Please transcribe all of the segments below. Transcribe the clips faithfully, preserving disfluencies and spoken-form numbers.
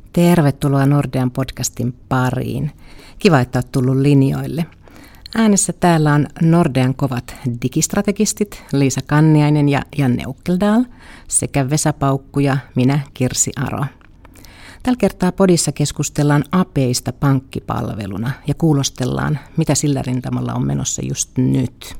Tervetuloa Nordean podcastin pariin. Kiva, että olet tullut linjoille. Äänessä täällä on Nordean kovat digistrategistit Liisa Kanniainen ja Janne Ukkeldal sekä Vesa Paukku ja minä Kirsi Aro. Tällä kertaa podissa keskustellaan apeista pankkipalveluna ja kuulostellaan, mitä sillä rintamalla on menossa just nyt.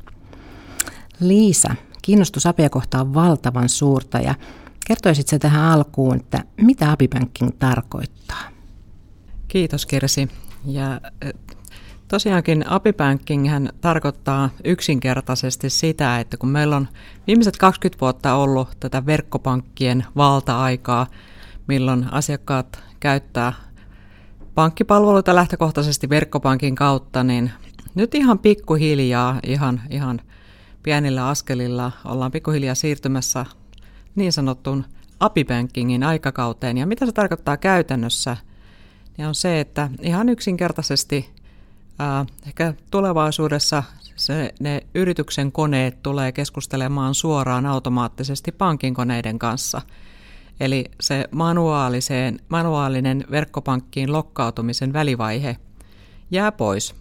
Liisa, kiinnostus apeja kohtaan on valtavan suurta ja kertoisitko tähän alkuun, että mitä apibanking tarkoittaa? Kiitos Kirsi. Ja tosiaankin apibankinghän tarkoittaa yksinkertaisesti sitä, että kun meillä on viimeiset kaksikymmentä vuotta ollut tätä verkkopankkien valta-aikaa, milloin asiakkaat käyttää pankkipalveluita lähtökohtaisesti verkkopankin kautta, niin nyt ihan pikkuhiljaa, ihan, ihan pienillä askelilla ollaan pikkuhiljaa siirtymässä niin sanottuun apibankingin aikakauteen. Ja mitä se tarkoittaa käytännössä, niin on se, että ihan yksinkertaisesti ää, ehkä tulevaisuudessa se, ne yrityksen koneet tulee keskustelemaan suoraan automaattisesti pankin koneiden kanssa. Eli se manuaaliseen, manuaalinen verkkopankkiin lokkautumisen välivaihe jää pois.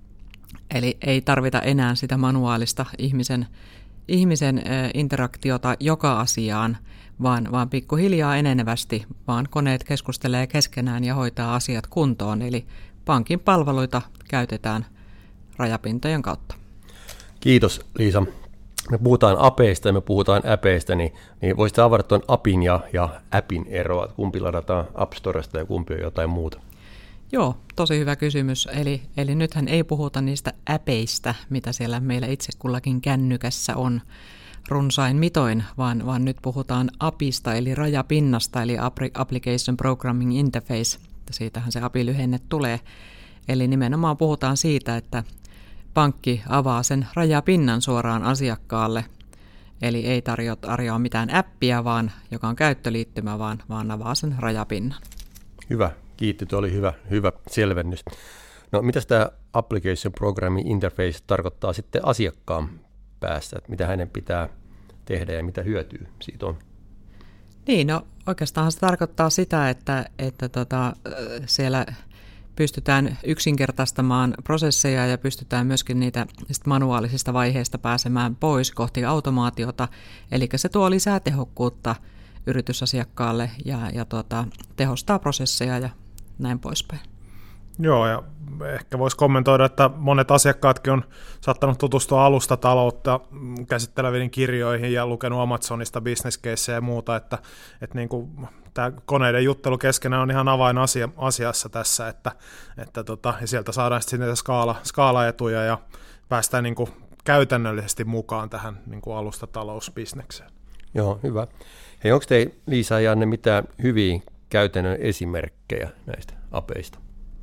Eli ei tarvita enää sitä manuaalista ihmisen, ihmisen interaktiota joka asiaan, vaan, vaan pikkuhiljaa enenevästi, vaan koneet keskustelee keskenään ja hoitaa asiat kuntoon. Eli pankin palveluita käytetään rajapintojen kautta. Kiitos Liisa. Me puhutaan apeista ja me puhutaan äpeistä, niin, niin voisitko avata tuon apin ja, ja appin eroa, että kumpi ladataan App Storesta ja kumpi on jotain muuta? Joo, tosi hyvä kysymys. Eli, eli nythän ei puhuta niistä äpeistä, mitä siellä meillä itse kullakin kännykässä on runsain mitoin, vaan, vaan nyt puhutaan apista eli rajapinnasta, eli Application Programming Interface. Siitähän se api-lyhenne tulee. Eli nimenomaan puhutaan siitä, että pankki avaa sen rajapinnan suoraan asiakkaalle, eli ei tarjoa, tarjoa mitään appia, vaan, joka on käyttöliittymä, vaan, vaan avaa sen rajapinnan. Hyvä, kiitti, tuo oli hyvä, hyvä selvennys. No mitäs tämä Application Programming Interface tarkoittaa sitten asiakkaan päässä, että mitä hänen pitää tehdä ja mitä hyötyä siitä on? Niin, no oikeastaan se tarkoittaa sitä, että, että tota, siellä pystytään yksinkertaistamaan prosesseja ja pystytään myöskin niitä manuaalisista vaiheista pääsemään pois kohti automaatiota. Eli se tuo lisää tehokkuutta yritysasiakkaalle ja, ja tuota, tehostaa prosesseja ja näin poispäin. Joo, ja ehkä voisi kommentoida, että monet asiakkaatkin on saattanut tutustua alustataloutta käsitteleviin kirjoihin ja lukenut Amazonista business caseja ja muuta, että, että niin kuin tämä koneiden juttelu keskenään on ihan avainasia asiassa tässä, että, että tota, ja sieltä saadaan sitten niitä skaala, skaalaetuja ja päästään niin kuin käytännöllisesti mukaan tähän niin kuin alustatalousbisnekseen. Joo, hyvä. Hei, onko teillä Liisa ja Janne mitään hyviä käytännön esimerkkejä näistä apeista?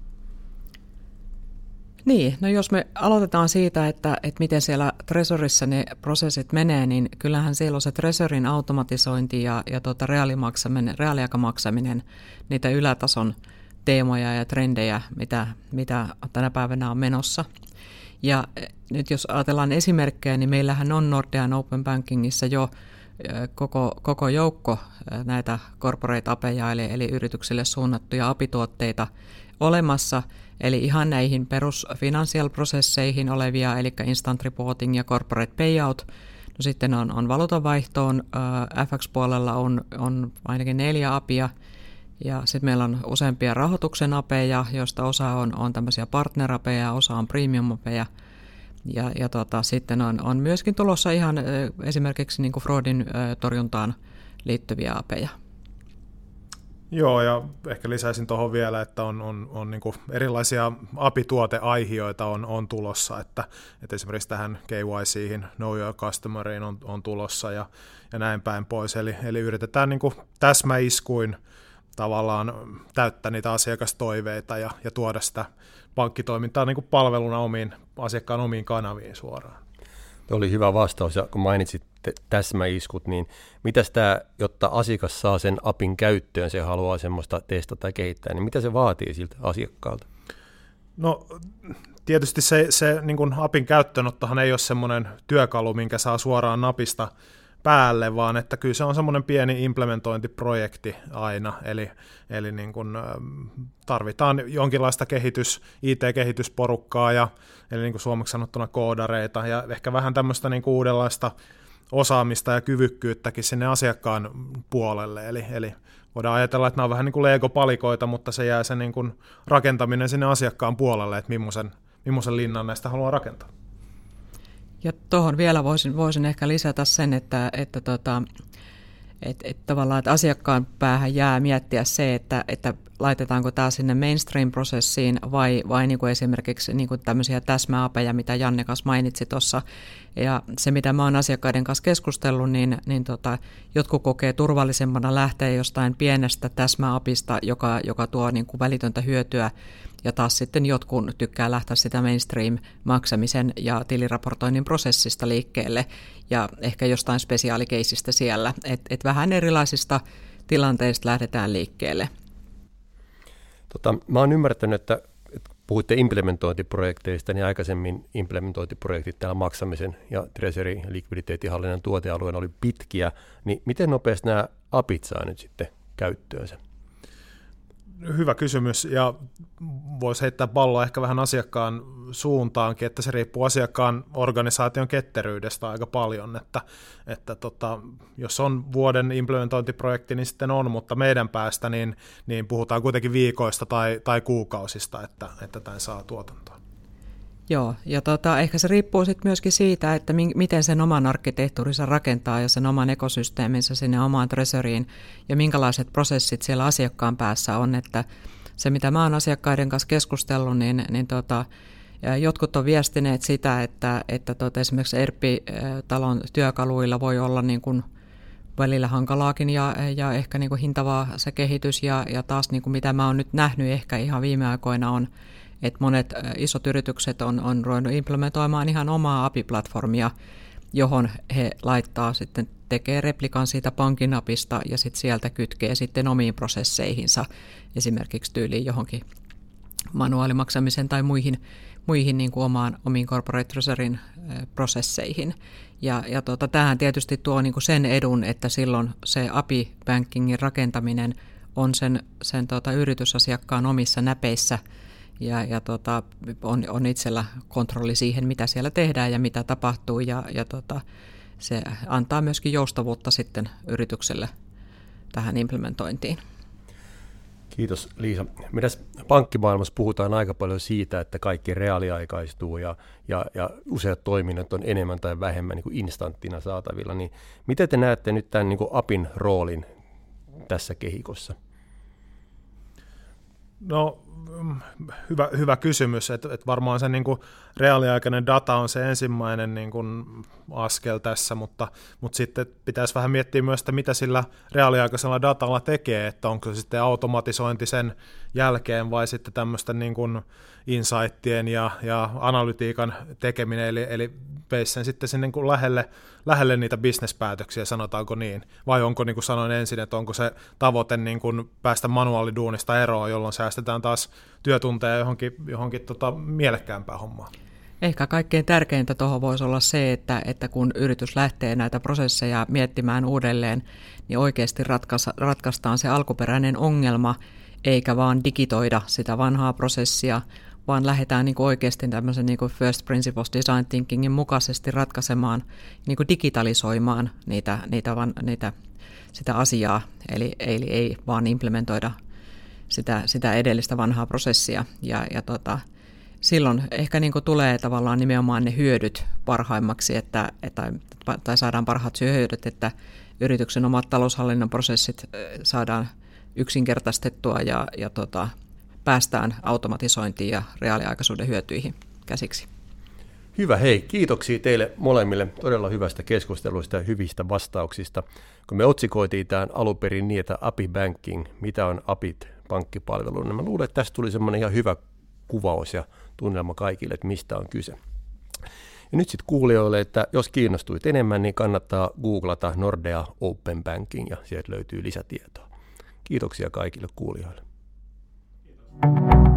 Niin, no jos me aloitetaan siitä, että, että miten siellä Tresorissa ne prosessit menee, niin kyllähän siellä on se Tresorin automatisointi ja, ja tuota reaalimaksaminen, reaaliaikamaksaminen, niitä ylätason teemoja ja trendejä, mitä, mitä tänä päivänä on menossa. Ja nyt jos ajatellaan esimerkkejä, niin meillähän on Nordean Open Bankingissa jo koko, koko joukko näitä corporate apeja, eli, eli yrityksille suunnattuja apituotteita olemassa, eli ihan näihin perus financial prosesseihin olevia, eli instant reporting ja corporate payout. No sitten on, on valuutanvaihtoon, F X-puolella on, on ainakin neljä apia, ja sitten meillä on useampia rahoituksen apeja, joista osa on, on tämmöisiä partner-apeja, osa on premium-apeja, ja, ja tota, sitten on, on myöskin tulossa ihan esimerkiksi niin kuin fraudin torjuntaan liittyviä apeja. Joo, ja ehkä lisäisin tuohon vielä, että on, on, on niin kuin erilaisia apituoteaihioita on, on tulossa, että, että esimerkiksi tähän K Y C:hin, Know Your Customeriin on, on tulossa ja, ja näin päin pois. Eli, eli yritetään niin kuin täsmäiskuin tavallaan täyttää niitä asiakastoiveita ja, ja tuoda sitä pankkitoimintaa niin kuin palveluna omiin, asiakkaan omiin kanaviin suoraan. Tuo oli hyvä vastaus, ja kun mainitsit täsmäiskut, niin mitäs tämä, jotta asiakas saa sen apin käyttöön, se haluaa semmoista testata tai kehittää, niin mitä se vaatii siltä asiakkaalta? No tietysti se, se niin kuin apin käyttöönottohan ei ole semmoinen työkalu, minkä saa suoraan napista päälle, vaan että kyllä se on semmoinen pieni implementointiprojekti aina, eli, eli niin kuin, tarvitaan jonkinlaista kehitys, I T-kehitysporukkaa, ja, eli niin kuin suomeksi sanottuna koodareita, ja ehkä vähän tämmöistä niin kuin uudenlaista osaamista ja kyvykkyyttäkin sinne asiakkaan puolelle, eli, eli voidaan ajatella, että nämä on vähän niin kuin Lego-palikoita, mutta se jää se niin kuin rakentaminen sinne asiakkaan puolelle, että millaisen, millaisen linnan näistä haluaa rakentaa. Ja tuohon vielä voisin, voisin ehkä lisätä sen, että, että, tota, että, että tavallaan että asiakkaan päähän jää miettiä se, että, että laitetaanko tämä sinne mainstream-prosessiin vai, vai niin kuin esimerkiksi niin kuin tämmöisiä täsmäapeja, mitä Janne kanssa mainitsi tuossa. Ja se, mitä mä oon asiakkaiden kanssa keskustellut, niin, niin tota, jotkut kokee turvallisempana lähteä jostain pienestä täsmäapista, joka, joka tuo niin kuin välitöntä hyötyä, ja taas sitten jotkut tykkää lähteä sitä mainstream-maksamisen ja tiliraportoinnin prosessista liikkeelle, ja ehkä jostain spesiaalikeisistä siellä, että et vähän erilaisista tilanteista lähdetään liikkeelle. Tota, mä oon ymmärtänyt, että, että puhuitte implementointiprojekteista, niin aikaisemmin implementointiprojektit täällä maksamisen ja treasury likviditeettihallinnan tuotealueena oli pitkiä, niin miten nopeasti nämä apit saa nyt sitten käyttöönsä? Hyvä kysymys, ja voisi heittää palloa ehkä vähän asiakkaan suuntaankin, että se riippuu asiakkaan organisaation ketteryydestä aika paljon, että, että tota, jos on vuoden implementointiprojekti, niin sitten on, mutta meidän päästä niin, niin puhutaan kuitenkin viikoista tai, tai kuukausista, että, että tämän saa tuotantoon. Joo, ja tota, ehkä se riippuu sitten myöskin siitä, että mi- miten sen oman arkkitehtuurinsa rakentaa ja sen oman ekosysteeminsä sinne omaan treasuryyn ja minkälaiset prosessit siellä asiakkaan päässä on, että se mitä mä oon asiakkaiden kanssa keskustellut, niin, niin tota, jotkut on viestineet sitä, että, että tota, esimerkiksi E R P-talon työkaluilla voi olla niin kuin välillä hankalaakin ja, ja ehkä niin kuin hintavaa se kehitys ja, ja taas niin kuin mitä mä oon nyt nähnyt ehkä ihan viime aikoina on, että monet isot yritykset on, on ruvennut implementoimaan ihan omaa A P I-platformia, johon he laittaa sitten, tekee replikan siitä pankin apista ja sitten sieltä kytkee sitten omiin prosesseihinsa, esimerkiksi tyyliin johonkin manuaalimaksamisen tai muihin, muihin niin kuin omaan, omiin corporate treasuryn prosesseihin. Ja, ja tota, tämähän tietysti tuo niin kuin sen edun, että silloin se A P I-bankingin rakentaminen on sen, sen tota, yritysasiakkaan omissa näpeissä, ja, ja tota, on, on itsellä kontrolli siihen, mitä siellä tehdään ja mitä tapahtuu, ja, ja tota, se antaa myöskin joustavuutta sitten yritykselle tähän implementointiin. Kiitos Liisa. Mitäs pankkimaailmassa puhutaan aika paljon siitä, että kaikki reaaliaikaistuu ja, ja, ja useat toiminnot on enemmän tai vähemmän niin kuin instanttina saatavilla, niin miten te näette nyt tämän niin kuin A P In roolin tässä kehikossa? No hyvä, hyvä kysymys, että et varmaan se niin kuin reaaliaikainen data on se ensimmäinen niin kuin askel tässä, mutta, mutta sitten pitäisi vähän miettiä myös, että mitä sillä reaaliaikaisella datalla tekee, että onko se sitten automatisointi sen jälkeen vai sitten tämmöisten niin kuin insightien ja, ja analytiikan tekeminen, eli, eli veisi sen sitten sinne niin kuin lähelle, lähelle niitä bisnespäätöksiä, sanotaanko niin, vai onko, niin kuin sanoin ensin, että onko se tavoite niin kuin päästä manuaaliduunista eroon, jolloin säästetään taas työtunteja johonkin, johonkin tota mielekkäämpään hommaan. Ehkä kaikkein tärkeintä tuohon voisi olla se, että, että kun yritys lähtee näitä prosesseja miettimään uudelleen, niin oikeasti ratkaista, ratkaistaan se alkuperäinen ongelma, eikä vaan digitoida sitä vanhaa prosessia, vaan lähdetään niin kuin oikeasti tämmöisen niin kuin first principles design thinkingin mukaisesti ratkaisemaan, niin kuin digitalisoimaan niitä, niitä, niitä, sitä asiaa, eli, eli ei vaan implementoida sitä, sitä edellistä vanhaa prosessia. Ja, ja tota, silloin ehkä niin kuin tulee tavallaan nimenomaan ne hyödyt parhaimmaksi, että, että, tai saadaan parhaat hyödyt, että yrityksen omat taloushallinnon prosessit saadaan yksinkertaistettua ja, ja tota, päästään automatisointiin ja reaaliaikaisuuden hyötyihin käsiksi. Hyvä, hei, kiitoksia teille molemmille todella hyvästä keskustelusta ja hyvistä vastauksista. Kun me otsikoitiin tämän alun perin niin, että A P I Banking, mitä on A P I pankkipalvelu, niin mä luulen, että tästä tuli semmoinen ihan hyvä kuvaus ja tunnelma kaikille, että mistä on kyse. Ja nyt sitten kuulijoille, että jos kiinnostuit enemmän, niin kannattaa googlata Nordea Open Banking ja sieltä löytyy lisätietoa. Kiitoksia kaikille kuulijoille. Kiitos.